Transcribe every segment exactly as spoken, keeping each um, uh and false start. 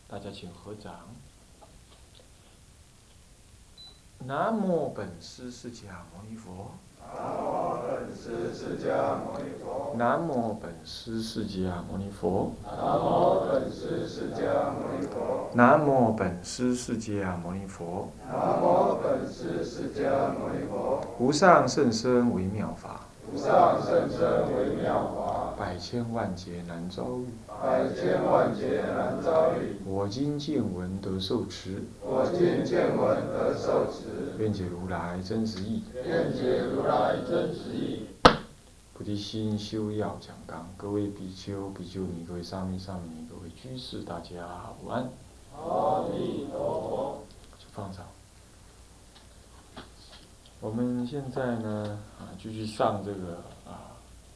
大家请合掌。南无本师释迦牟尼佛。南无本师释迦牟尼佛。南无本师释迦牟尼佛。 南无本师释迦牟尼佛。 无上甚深微妙法。 无上甚深微妙法。 百千万劫难遭遇。 百千万劫难遭遇。 我今见闻得受持。 我今见闻得受持。 愿解如来真实义。 愿解如来真实义。 菩提心修要讲纲，各位比丘、比丘尼，各位沙弥、沙弥尼，各位居士，大家午安。 阿弥陀佛。 就放上。我们现在呢，啊，继续上这个啊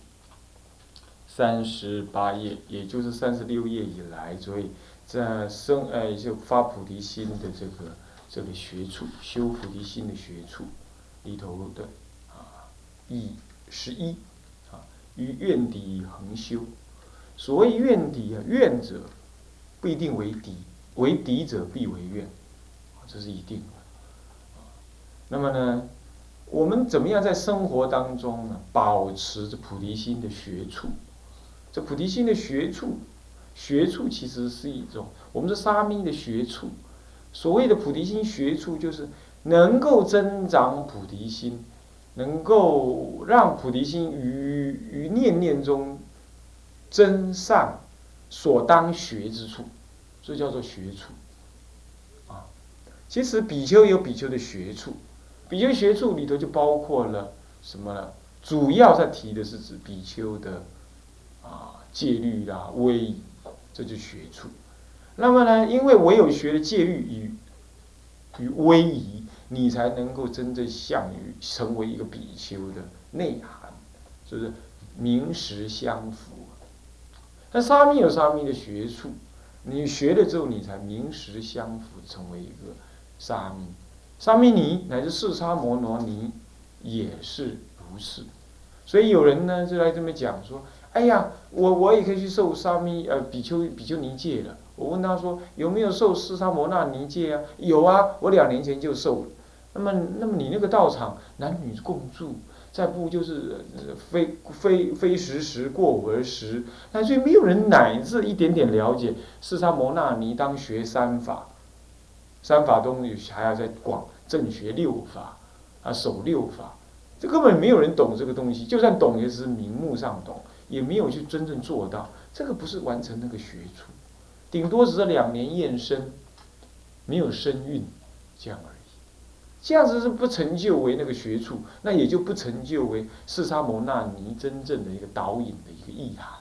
三十八页，也就是三十六页以来，所以在生呃就发菩提心的这个这个学处，修菩提心的学处里头的啊义十一啊，于愿敌恒修。所谓愿敌啊，愿者不一定为敌，为敌者必为愿，这是一定的。那么呢，我们怎么样在生活当中呢，保持着菩提心的学处？这菩提心的学处，学处其实是一种我们是沙弥的学处。所谓的菩提心学处，就是能够增长菩提心，能够让菩提心于于念念中增上所当学之处，这叫做学处。啊，其实比丘有比丘的学处。比丘学处里头就包括了什么呢？主要在提的是指比丘的啊戒律啦、威仪，这就学处。那么呢，因为唯有学了戒律与与威仪，你才能够真正向于成为一个比丘的内涵，是不是？名实相符。那沙弥有沙弥的学处，你学了之后，你才名实相符，成为一个沙弥。沙弥尼乃至四叉摩罗尼也是如是，所以有人呢就来这么讲说：“哎呀，我我也可以去受沙弥呃比丘比丘尼戒了。”我问他说：“有没有受四叉摩那尼戒啊？”有啊，我两年前就受了。那么那么你那个道场男女共住，再不就是非非非时时过午而时，那所以没有人乃至一点点了解四叉摩那尼当学三法。三法中还要再广正学六法，啊守六法，这根本没有人懂这个东西。就算懂，也只是名目上懂，也没有去真正做到。这个不是完成那个学处，顶多只是两年验身，没有身孕，这样而已。这样子是不成就为那个学处，那也就不成就为四叉摩那尼真正的一个导引的一个意涵。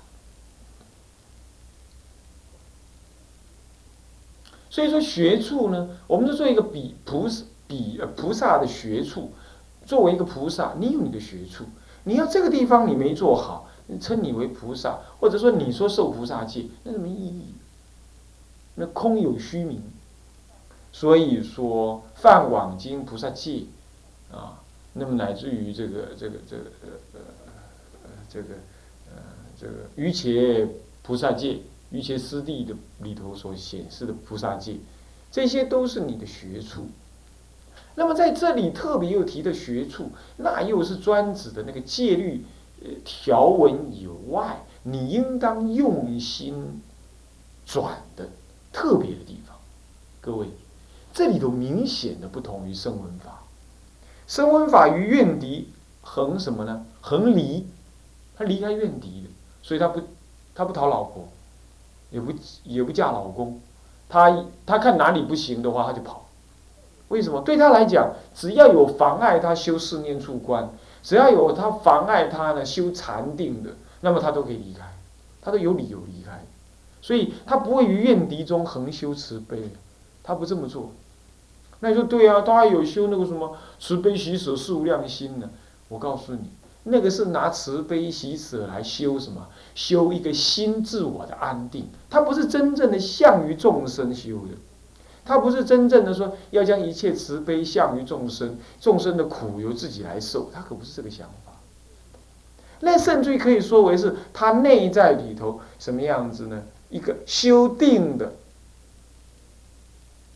所以说学处呢，我们就做一个比菩比呃菩萨的学处。作为一个菩萨，你有你的学处，你要这个地方你没做好，称你为菩萨，或者说你说受菩萨戒，那是没意义，那空有虚名。所以说《梵网经》菩萨戒啊，那么乃至于这个这个这个呃呃呃这个呃这个瑜伽菩萨戒。瑜伽师地的里头所显示的菩萨戒，这些都是你的学处。那么在这里特别又提的学处，那又是专指的那个戒律条文以外，你应当用心转的特别的地方。各位，这里头明显的不同于声闻法。声闻法于愿敌恒什么呢？恒离，他离开愿敌的，所以他不他不讨老婆。也不也不嫁老公，他他看哪里不行的话，他就跑。为什么？对他来讲，只要有妨碍他修四念处观，只要有他妨碍他呢修禅定的，那么他都可以离开，他都有理由离开。所以他不会于愿敌中恒修慈悲，他不这么做。那你说对啊，他还有修那个什么慈悲喜舍四无量心呢？我告诉你。那个是拿慈悲喜舍来修什么？修一个心自我的安定，它不是真正的向于众生修的，它不是真正的说要将一切慈悲向于众生，众生的苦由自己来受，它可不是这个想法。那甚至于可以说为是它内在里头什么样子呢？一个修定的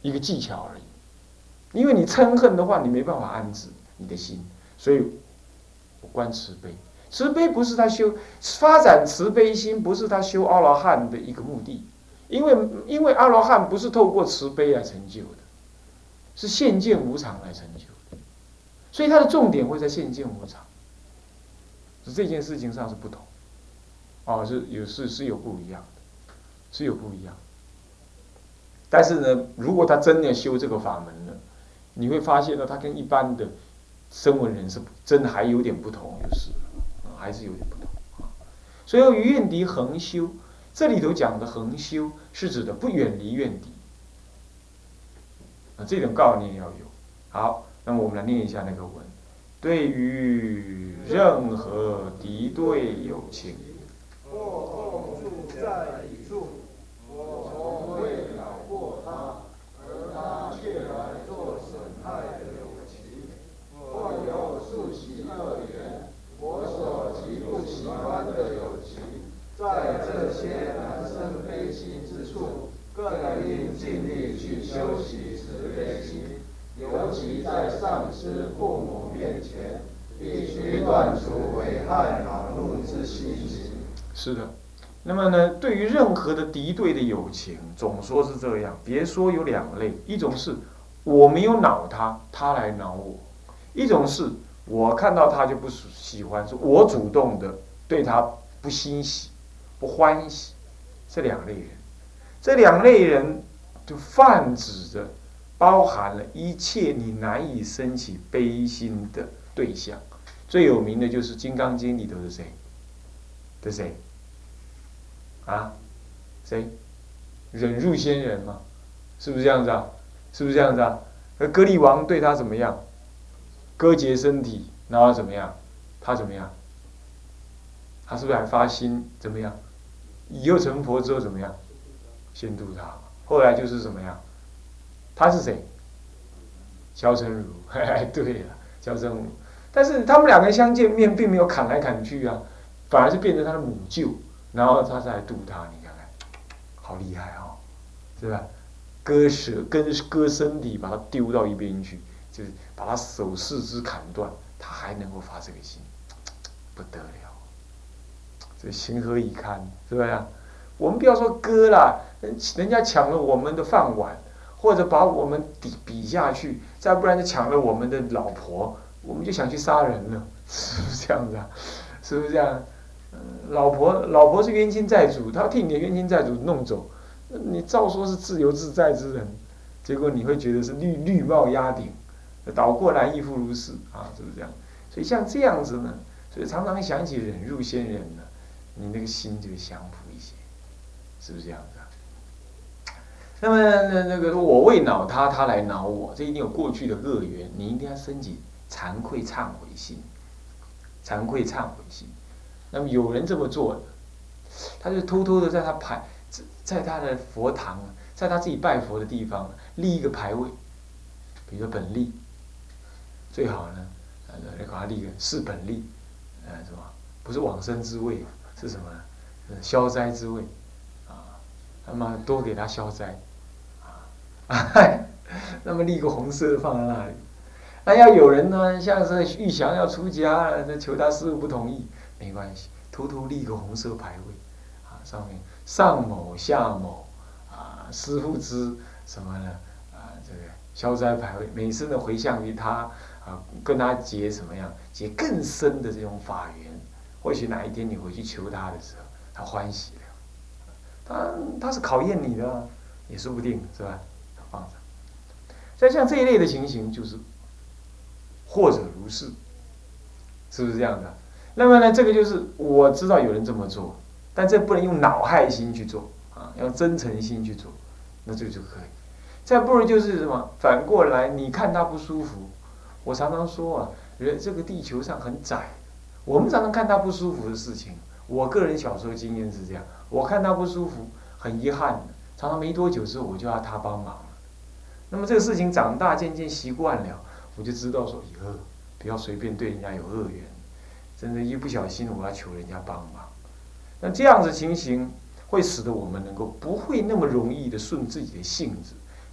一个技巧而已。因为你嗔恨的话，你没办法安置你的心，所以我观慈悲。慈悲不是他修发展慈悲心，不是他修阿罗汉的一个目的，因为因为阿罗汉不是透过慈悲来成就的，是现见无常来成就的，所以他的重点会在现见无常，是这件事情上是不同，哦，是有是是有不一样的，是有不一样。但是呢，如果他真的修这个法门呢，你会发现呢，他跟一般的声闻人是真的还有点不同，就是啊，还是有点不同啊。所以于愿敌恒修，这里头讲的恒修是指的不远离愿敌啊，这种概念要有。好，那么我们来念一下那个文：对于任何敌对有情， 或共住在一处，我从未恼过他，而他却来做损害的有情；或有数其恶缘，我所极不喜欢的有情，在这些难生悲心之处，更应尽力去修习慈悲心，尤其在上师父母面前，必须断除危害恼怒之心情。 是的。那么呢，对于任何的敌对的友情，总说是这样。别说有两类，一种是我没有恼他，他来恼我；一种是我看到他就不喜欢，是我主动的对他不欣喜、不欢喜。这两类人，这两类人就泛指着包含了一切你难以升起悲心的对象。最有名的就是《金刚经》里头的谁？的谁？啊，谁？忍辱仙人嘛，是不是这样子啊？是不是这样子啊？而歌利王对他怎么样？割截身体，然后怎么样？他怎么样？他是不是还发心怎么样？以后成佛之后怎么样？先度他。后来就是怎么样？他是谁？萧成儒。嘿，对了，萧成儒。但是他们两个相见面，并没有砍来砍去啊，反而是变成他的母舅。然后他再来度他，你看看，好厉害哦，是吧？割舍跟割身体，把他丢到一边去，就是把他手四肢砍断，他还能够发这个心，不得了，这情何以堪，是不是？我们不要说割啦，人家抢了我们的饭碗，或者把我们比比下去，再不然就抢了我们的老婆，我们就想去杀人了，是不是这样子啊？是不是这样？老婆，老婆是冤亲债主，他替你的冤亲债主弄走，你照说是自由自在之人，结果你会觉得是绿绿帽压顶，倒过来亦复如是啊，是不是这样？所以像这样子呢，所以常常想起忍辱仙人呢，你那个心就会降伏一些，是不是这样子啊？那么那那个我未恼他，他来恼我，这一定有过去的恶缘，你一定要升起惭愧忏悔心，惭愧忏悔心。那么有人这么做的，他就偷偷的在他牌，在他的佛堂，在他自己拜佛的地方立一个牌位，比如说本立，最好呢，呃，给他立个是本立，呃，什么？不是往生之位，是什么呢？呃，消灾之位，啊，那么多给他消灾，啊，那么立个红色的放在那里。那要有人呢，像是玉祥要出家，那求他师父不同意。没关系，偷偷立个红色牌位，啊，上面上某下某，啊，师父之什么呢？啊，这个消灾牌位，每次呢回向于他，啊，跟他结什么样？结更深的这种法缘。或许哪一天你回去求他的时候，他欢喜了。他他是考验你的、啊，也说不定，是吧？放着。所以像这一类的情形，就是或者如是，是不是这样的？那么呢，这个就是我知道有人这么做，但这不能用恼害心去做啊，要真诚心去做，那这就可以。再不如就是什么，反过来，你看他不舒服，我常常说啊，人这个地球上很窄，我们常常看他不舒服的事情。我个人小时候经验是这样，我看他不舒服，很遗憾的，常常没多久之后我就要他帮忙了。那么这个事情长大渐渐习惯了，我就知道说以后不要随便对人家有恶缘。真的，一不小心我要求人家帮忙，那这样子情形会使得我们能够不会那么容易的顺自己的性子，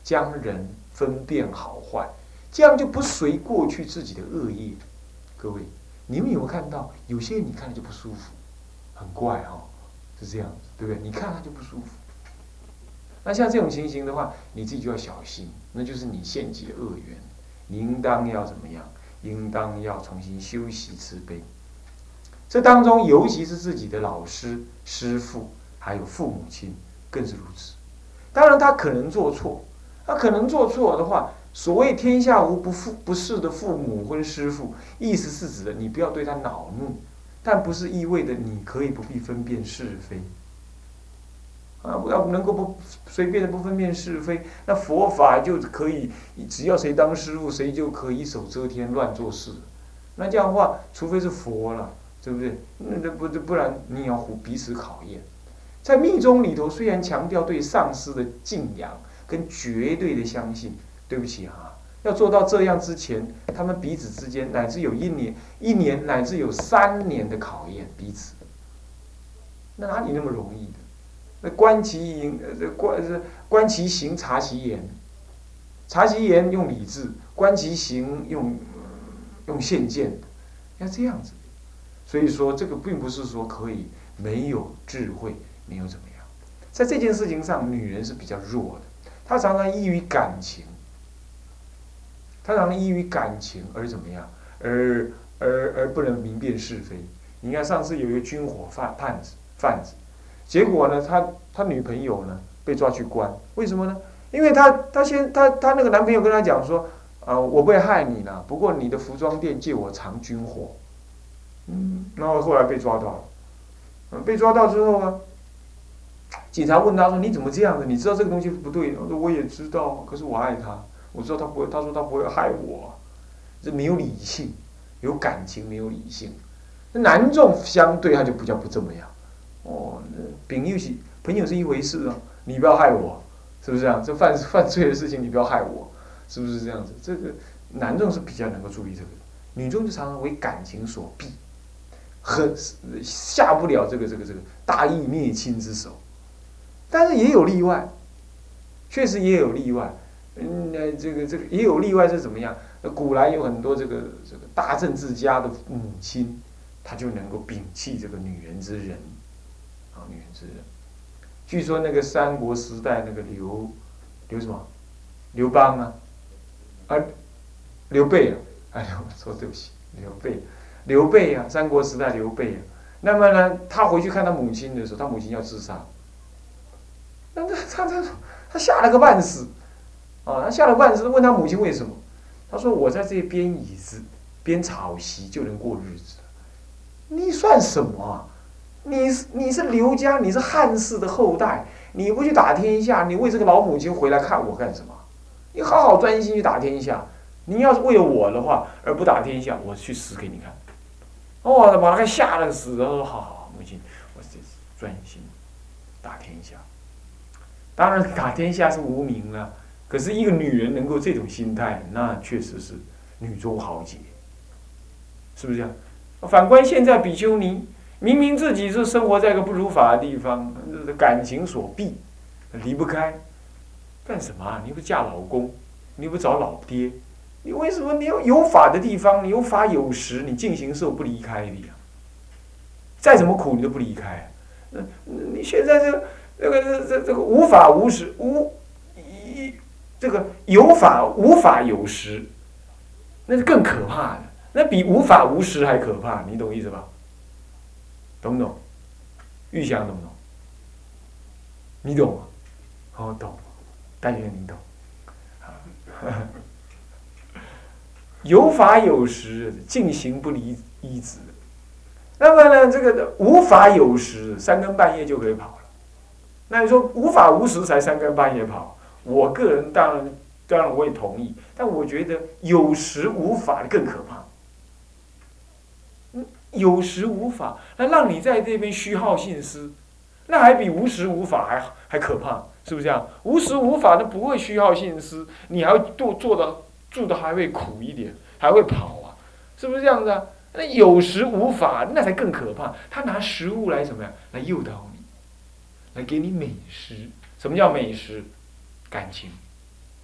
将人分辨好坏，这样就不随过去自己的恶业。各位，你们有没有看到，有些人你看了就不舒服，很怪哈、哦，是这样子，对不对？你看他就不舒服。那像这种情形的话，你自己就要小心，那就是你现起的恶缘，你应当要怎么样？应当要重新修习慈悲。这当中，尤其是自己的老师、师父，还有父母亲，更是如此。当然，他可能做错，他可能做错的话，所谓天下无不父不是的父母或师父，意思是指的你不要对他恼怒，但不是意味着你可以不必分辨是非。啊，要能够不随便的不分辨是非，那佛法就可以，只要谁当师父，谁就可以一手遮天乱做事。那这样的话，除非是佛了，对不对？那不不然你也要彼此考验。在密宗里头，虽然强调对上师的敬仰跟绝对的相信，对不起哈、啊，要做到这样之前，他们彼此之间乃至有一年、一年乃至有三年的考验彼此，那哪里那么容易的？那观其言，呃，观观其行，察其言，察其言用理智，观其行用用现见，要这样子。所以说，这个并不是说可以没有智慧，没有怎么样。在这件事情上，女人是比较弱的，她常常依于感情，她常常依于感情而怎么样，而而而不能明辨是非。你看上次有一个军火贩贩子贩子。结果呢，他他女朋友呢被抓去关，为什么呢？因为他他先他他那个男朋友跟他讲说，啊、呃，我不会害你啦，不过你的服装店借我藏军火，嗯，然后后来被抓到了，嗯，被抓到之后呢，警察问他说你怎么这样子？你知道这个东西不对？我说我也知道，可是我爱他，我知道他不会，他说他不会害我，这没有理性，有感情没有理性，那男众相对他就比较不这么样。哦，朋友是朋友是一回事啊，你不要害我，是不是这样？这犯犯罪的事情你不要害我，是不是这样子？这个男众是比较能够注意这个，女众就常常为感情所逼，很下不了这个这个这个大义灭亲之手。但是也有例外，确实也有例外。嗯，这个这个也有例外是怎么样？古来有很多这个这个大政治家的母亲，她就能够摒弃这个女人之仁。啊，女人之仁。据说那个三国时代那个刘刘什么刘邦啊，啊刘备啊，哎呦，说对不起，刘备，刘备啊，三国时代刘备啊。那么呢，他回去看他母亲的时候，他母亲要自杀，那他他他他吓了个半死，啊，他吓了半死，问他母亲为什么？他说我在这边椅子边草席就能过日子，你算什么啊？你是你是刘家，你是汉室的后代，你不去打天下，你为这个老母亲回来看我干什么？你好好专心去打天下。你要是为了我的话而不打天下，我去死给你看。哦，把他给吓得死了。说好好，母亲，我这专心打天下。当然打天下是无名了，可是一个女人能够这种心态，那确实是女中豪杰，是不是这样？反观现在比丘尼。明明自己是生活在一个不如法的地方，感情所逼，离不开，干什么啊？你不嫁老公，你不找老爹，你为什么你要有法的地方，你有法有时，你进行是不离开的呀？再怎么苦你都不离开。嗯，你现在这个这个这这这个无法无时无一这个有法无法有时，那是更可怕的，那比无法无时还可怕，你懂意思吧？懂不懂？玉祥懂不懂？你懂吗？哦，懂。但愿你懂。有法有时，进行不离依止。那么呢，这个无法有时，三更半夜就可以跑了。那你说无法无时才三更半夜跑，我个人当然当然我也同意，但我觉得有时无法更可怕。有时无法，那让你在这边虚耗信思，那还比无时无法还还可怕，是不是这样？无时无法，那不会虚耗信思，你还会做做的做的还会苦一点，还会跑啊，是不是这样子啊？那有时无法，那才更可怕。他拿食物来怎么样？来诱导你，来给你美食。什么叫美食？感情。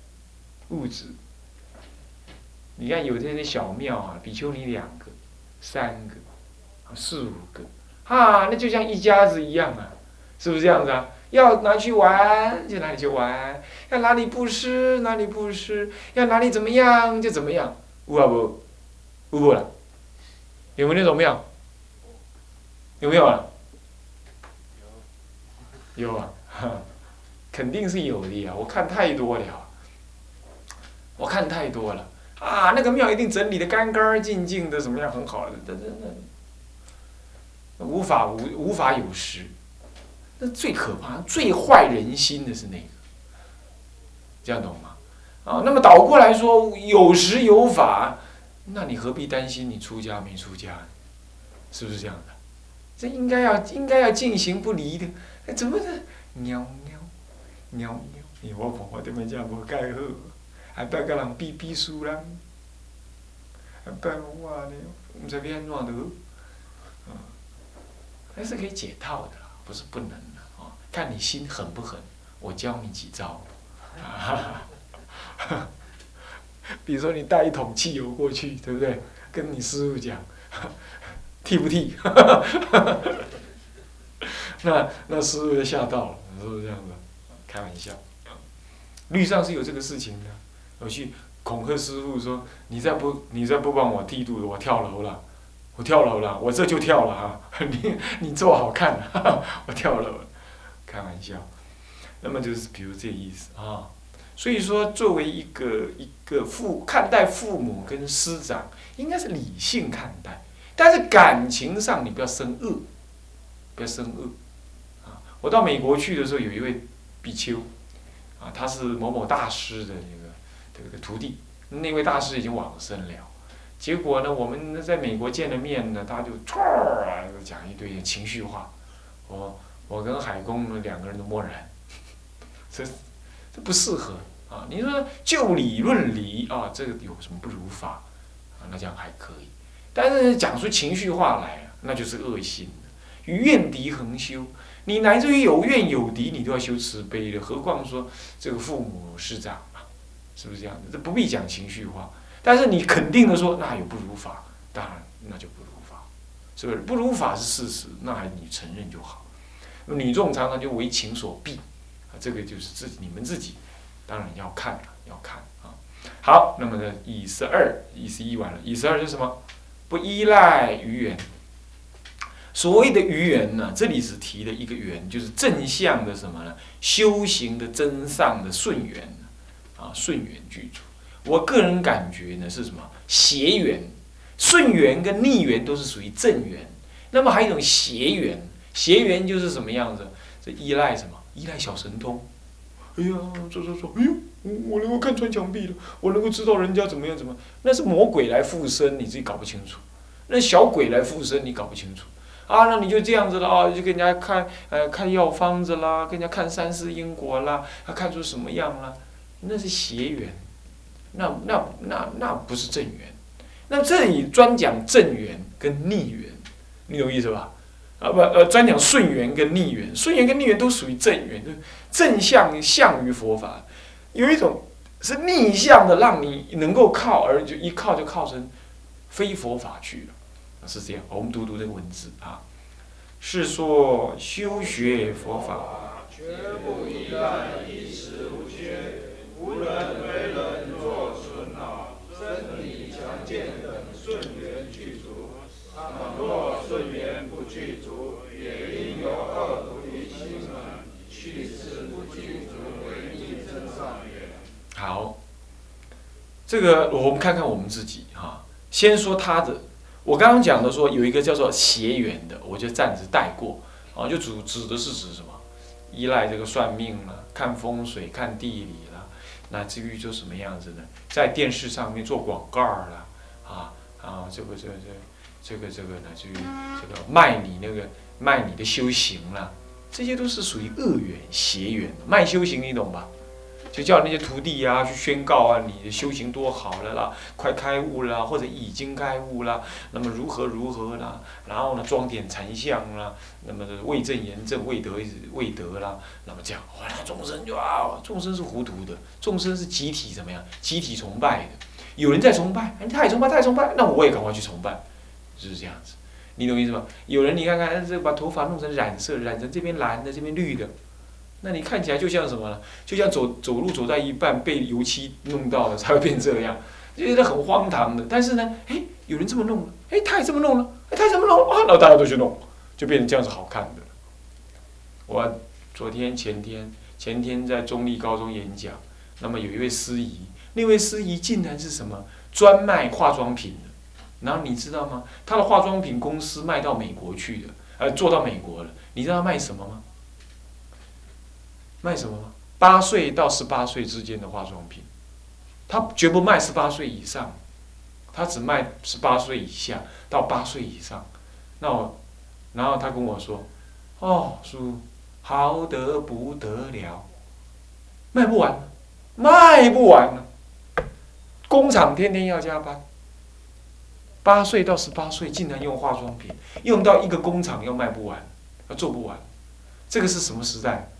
物质。你看有这些小庙啊，比丘尼两个、三个、四五个，啊，那就像一家子一样啊，是不是这样子啊？要拿去玩就哪里去玩，要哪里布施哪里布施，要哪里怎么样就怎么样，有啊不？有不啦？有没有那种庙？有没有啊？有啊，肯定是有的呀！我看太多了，我看太多了啊！那个庙一定整理的干干净净的，怎么样？很好的，这真的无法无无法有失。那最可怕、最坏人心的是那个，这样懂吗？啊，那么倒过来说，有时有法，那你何必担心你出家没出家？是不是这样的？这应该要应该要进行不离的，哎，怎么的？喵喵喵喵！因为我看我对面这无介好，还别甲人比比输人，还别我呢，唔知要安怎的，嗯，还是可以解套的啦，不是不能的啊，看你心狠不狠，我教你几招。比如说你带一桶汽油过去，对不对？跟你师傅讲，替不替？那那师傅就吓到了，是不是这样子？开玩笑。律上是有这个事情的，我去恐吓师傅说：“你再不你再不帮我剃度，我跳楼了，我跳楼了，我这就跳了哈！你你做好看，我跳楼了。”开玩笑。那么就是比如这意思啊。所以说，作为一个一个父看待父母跟师长，应该是理性看待，但是感情上你不要生恶，不要生恶。啊，我到美国去的时候，有一位比丘，啊，他是某某大师的这个这个徒弟，那位大师已经往生了。结果呢，我们在美国见了面呢，他就唰啊讲一堆情绪话，我我跟海公呢两个人都默然，这这不适合。啊，你说就理论理啊，这个有什么不如法啊？那这样还可以，但是讲出情绪话来啊，那就是恶心的。怨敌横修，你乃至于有怨有敌，你都要修慈悲的，何况说这个父母师长嘛，是不是这样的？这不必讲情绪化，但是你肯定的说，那有不如法，当然那就不如法，是不是？不如法是事实，那还你承认就好。女众常常就为情所逼，啊，这个就是自己你们自己。当然要看了，要看啊。好，那么呢，乙十二，乙十一完了，乙十二是什么？不依赖于缘。所谓的于缘呢，这里只提的一个缘，就是正向的什么呢？修行的真上的顺缘啊，顺缘具足。我个人感觉呢是什么？邪缘，顺缘跟逆缘都是属于正缘。那么还有一种邪缘，邪缘就是什么样子？这依赖什么？依赖小神通。哎呀，说说说，哎呦，我能够看穿墙壁了，我能够知道人家怎么样怎么样，那是魔鬼来附身，你自己搞不清楚；那小鬼来附身，你搞不清楚。啊，那你就这样子了啊，就跟人家看呃看药方子啦，跟人家看三世因果啦，他看出什么样啦，那是邪缘，那那那那不是正缘。那这里专讲正缘跟逆缘，你有意思吧？啊不呃，专讲顺缘跟逆缘，顺缘跟逆缘都属于正缘，正向向于佛法。有一种是逆向的，让你能够靠，而就一靠就靠成非佛法去了，是这样。我们读读这个文字啊，是说修学佛法， 绝不依赖衣食无缺，无人为人作损恼，身体强健等顺缘具足。倘若顺缘不具足，也应由二菩提心门去此不具足为逆增上缘。 好，这个我们看看我们自己哈。先说他的，我刚刚讲的说有一个叫做邪缘的，我就暂时带过啊，就指指的是指什么？依赖这个算命了，看风水、看地理了，乃至于就什么样子呢？在电视上面做广告了啊啊，这个这个这个。这个这个呢，至于这个卖你那个卖你的修行啦，这些都是属于恶缘邪缘，卖修行你懂吧？ 就叫那些徒弟啊去宣告啊，你的修行多好了啦，快开悟啦，或者已经开悟啦，那么如何如何啦，然后呢装点禅相啦，那么未正言正，未得未得啦，那么这样，哇，众生就啊，众生是糊涂的，众生是集体怎么样？集体崇拜的，有人在崇拜，哎，他也崇拜，他也崇拜，那我也赶快去崇拜，就是这样子，你懂意思吗？有人你看看，这把头发弄成染色，染成这边蓝的，这边绿的。那你看起来就像什么呢？就像走走路走到一半被油漆弄到了才会变这样，就觉得很荒唐的。但是呢，哎，有人这么弄了，哎，他也这么弄了，哎，他也这么弄啊，然后大家都去弄，就变成这样子好看的了。我昨天、前天、前天在中立高中演讲，那么有一位司仪，那位司仪竟然是什么专卖化妆品的，然后你知道吗？他的化妆品公司卖到美国去的，呃，做到美国了。你知道他卖什么吗？卖什么吗？八岁到十八岁之间的化妆品，他绝不卖十八岁以上，他只卖十八岁以下到八岁以上。那我，然后他跟我说：“哦，叔，好得不得了，卖不完，卖不完了。工厂天天要加班，八岁到十八岁竟然用化妆品，用到一个工厂要卖不完，要做不完。这个是什么时代？”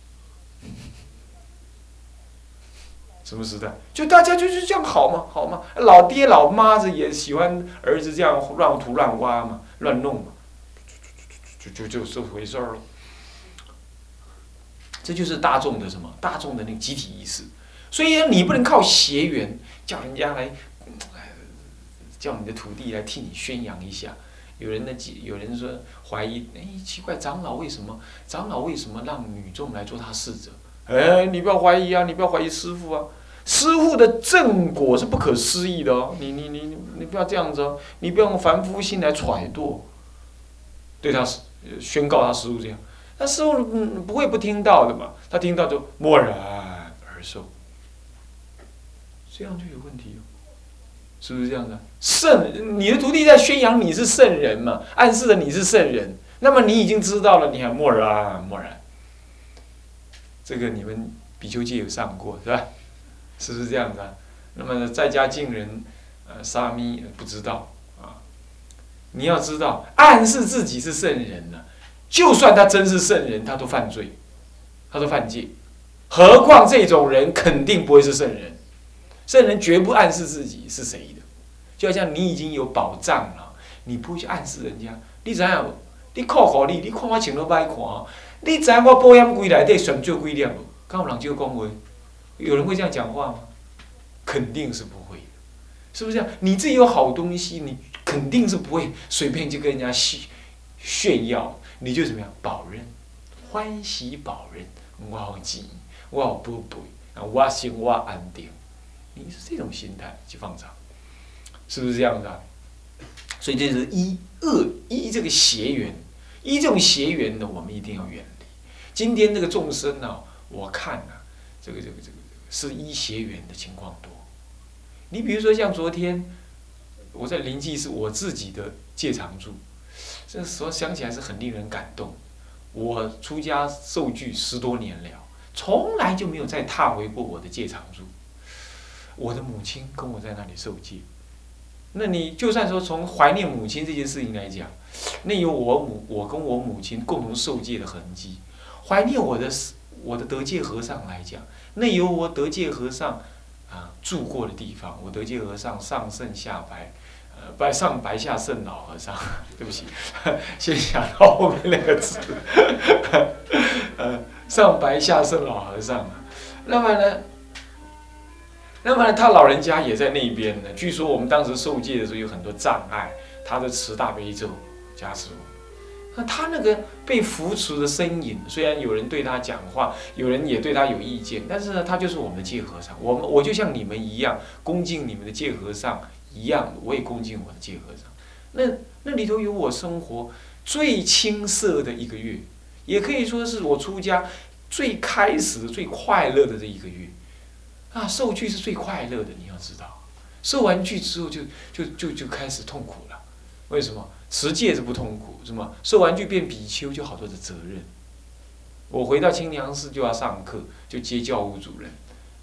什么时代？就大家就是这样好吗？好吗？老爹老妈子也喜欢儿子这样乱涂乱挖嘛，乱弄嘛，就就就就这回事儿了。这就是大众的什么？大众的那个集体意识。所以你不能靠邪缘叫人家来，叫你的徒弟来替你宣扬一下。有人呢，有人说怀疑，哎，奇怪，长老为什么？长老为什么让女众来做他侍者？哎，你不要怀疑啊，你不要怀疑师父啊。师父的正果是不可思议的哦，你你你你不要这样子哦，你不要用凡夫心来揣度，对他宣告他师父这样，那师父嗯不会不听到的嘛，他听到就默然而受，这样就有问题哦，是不是这样的？圣，你的徒弟在宣扬你是圣人嘛，暗示了你是圣人，那么你已经知道了，你还默然默然，这个你们比丘戒有上过是吧？是不是这样子啊？那么在家敬人，呃，沙弥不知道啊。你要知道，暗示自己是圣人呢，就算他真是圣人，他都犯罪，他都犯戒。何况这种人肯定不会是圣人，圣人绝不暗示自己是谁的。就好像你已经有保障了，你不会去暗示人家。你知影？你考考你，你看我穿了歹看，你知影我保险柜内底选少几粒无？敢有人这样讲话？有人会这样讲话吗？肯定是不会的，是不是这样？你自己有好东西，你肯定是不会随便就跟人家炫耀，你就怎么样？保任，欢喜保任，我有钱，我有宝贝，我生活安定，你是这种心态去放长，是不是这样子啊？所以这是一恶一这个邪缘，一这种邪缘呢，我们一定要远离。今天这个众生呢、啊，我看啊，这个这个这个。是依邪缘的情况多，你比如说像昨天，我在临济是我自己的戒常住，这时候想起来是很令人感动。我出家受具十多年了，从来就没有再踏回过我的戒常住。我的母亲跟我在那里受戒，那你就算说从怀念母亲这件事情来讲，那有我母我跟我母亲共同受戒的痕迹。怀念我的我的得戒和尚来讲。那有我得戒和尚啊住过的地方，我得戒和尚上圣下白，呃，白上白下圣老和尚，对不起，先想到后面那个字，呃，上白下圣老和尚。那么呢，那么呢，他老人家也在那边呢。据说我们当时受戒的时候有很多障碍，他的持大悲咒加持我。那他那个被扶持的身影，虽然有人对他讲话，有人也对他有意见，但是呢，他就是我们的戒和尚。我们我就像你们一样恭敬你们的戒和尚一样，我也恭敬我的戒和尚。那那里头有我生活最青涩的一个月，也可以说是我出家最开始最快乐的这一个月。啊，受具是最快乐的，你要知道，受完具之后就就就就开始痛苦了。为什么？持戒是不痛苦，是吗？受完具变比丘就好多的责任。我回到清凉寺就要上课，就接教务主任，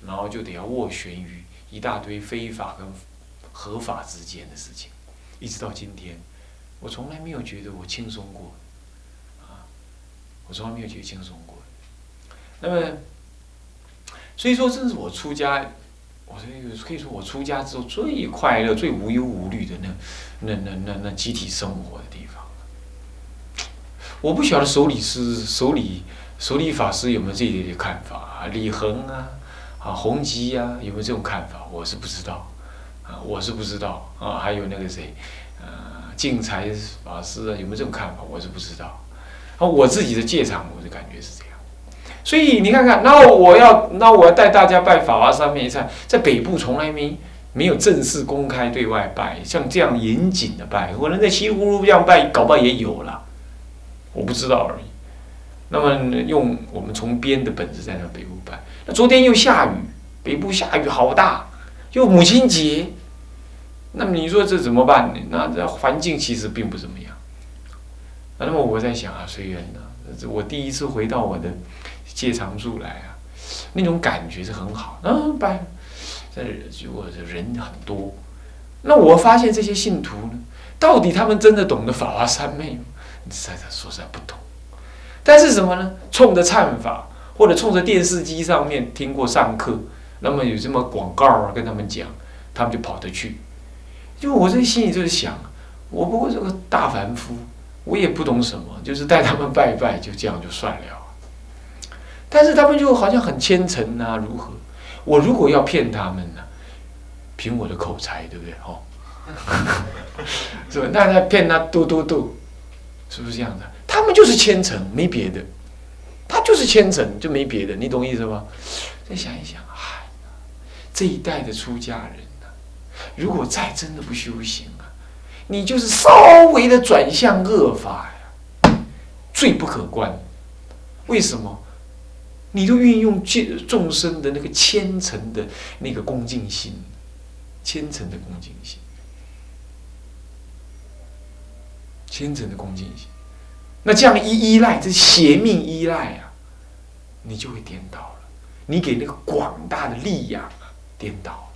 然后就得要斡旋于一大堆非法跟合法之间的事情，一直到今天，我从来没有觉得我轻松过，啊，我从来没有觉得轻松过。那么，所以说，这是我出家，我可以说我出家之后最快乐、最无忧无虑的那、那、那、那、那集体生活的地方。我不晓得守理师、守理、守理法师有没有这一类的看法啊？李恒啊，啊弘吉啊，有没有这种看法？我是不知道，啊，我是不知道啊。还有那个谁，呃，净财法师啊，有没有这种看法？我是不知道。啊，我自己的戒场，我的感觉是这样。所以你看看，那我要，那我要带大家拜法华三昧忏，在北部从来没没有正式公开对外拜，像这样严谨的拜，可能在西葫芦这样拜，搞不好也有了，我不知道而已。那么用我们从编的本子在那北部拜，那昨天又下雨，北部下雨好大，又母亲节，那么你说这怎么办呢？那这环境其实并不怎么样。那么我在想啊，随缘呢，我第一次回到我的戒常住来啊，那种感觉是很好。嗯，拜，这如果人很多，那我发现这些信徒呢，到底他们真的懂得法华三昧吗？实在说实在不懂。但是什么呢？冲着忏法，或者冲着电视机上面听过上课，那么有这么广告啊，跟他们讲，他们就跑得去。因为我这心里就是想，我不过是个大凡夫，我也不懂什么，就是带他们拜拜，就这样就算了。但是他们就好像很虔诚啊，如何？我如果要骗他们呢、啊？凭我的口才，对不对？哦，是吧？那他骗他嘟嘟嘟，是不是这样的？他们就是虔诚，没别的。他就是虔诚，就没别的，你懂意思吗？再想一想，哎，这一代的出家人呢、啊，如果再真的不修行啊，你就是稍微的转向恶法呀，罪不可观。为什么？你都运用众生的那个虔诚的那个恭敬心，虔诚的恭敬心，虔诚的恭敬心。那这样一依赖，这邪命依赖啊，你就会颠倒了。你给那个广大的力量啊，颠倒了，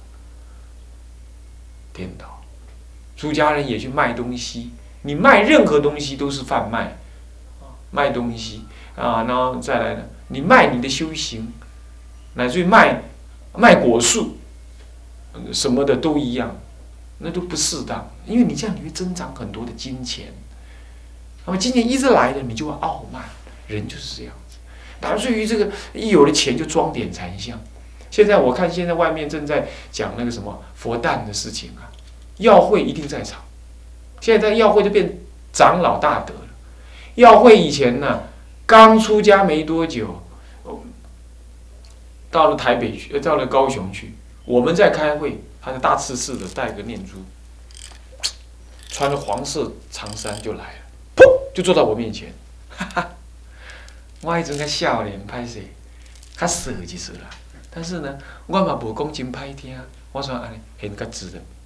颠倒。出家人也去卖东西，你卖任何东西都是贩卖，卖东西啊，然后再来呢？你卖你的修行，乃至于卖卖果树，什么的都一样，那都不适当，因为你这样你会增长很多的金钱，那么金钱一直来了，你就会傲慢，人就是这样子。乃至于这个一有了钱就装点禅相，现在我看现在外面正在讲那个什么佛诞的事情啊，药会一定在场，现在药会就变长老大德了。药会以前呢，刚出家没多久，到了台北去，到了高雄去，我们在开会，他的大赤赤的带个念珠，穿着黄色长衫就来了，噗，就坐到我面前，哈哈，我迄阵较少年，歹势，较色就是啦。但是呢，我嘛无讲真歹听，我说安尼很较直的，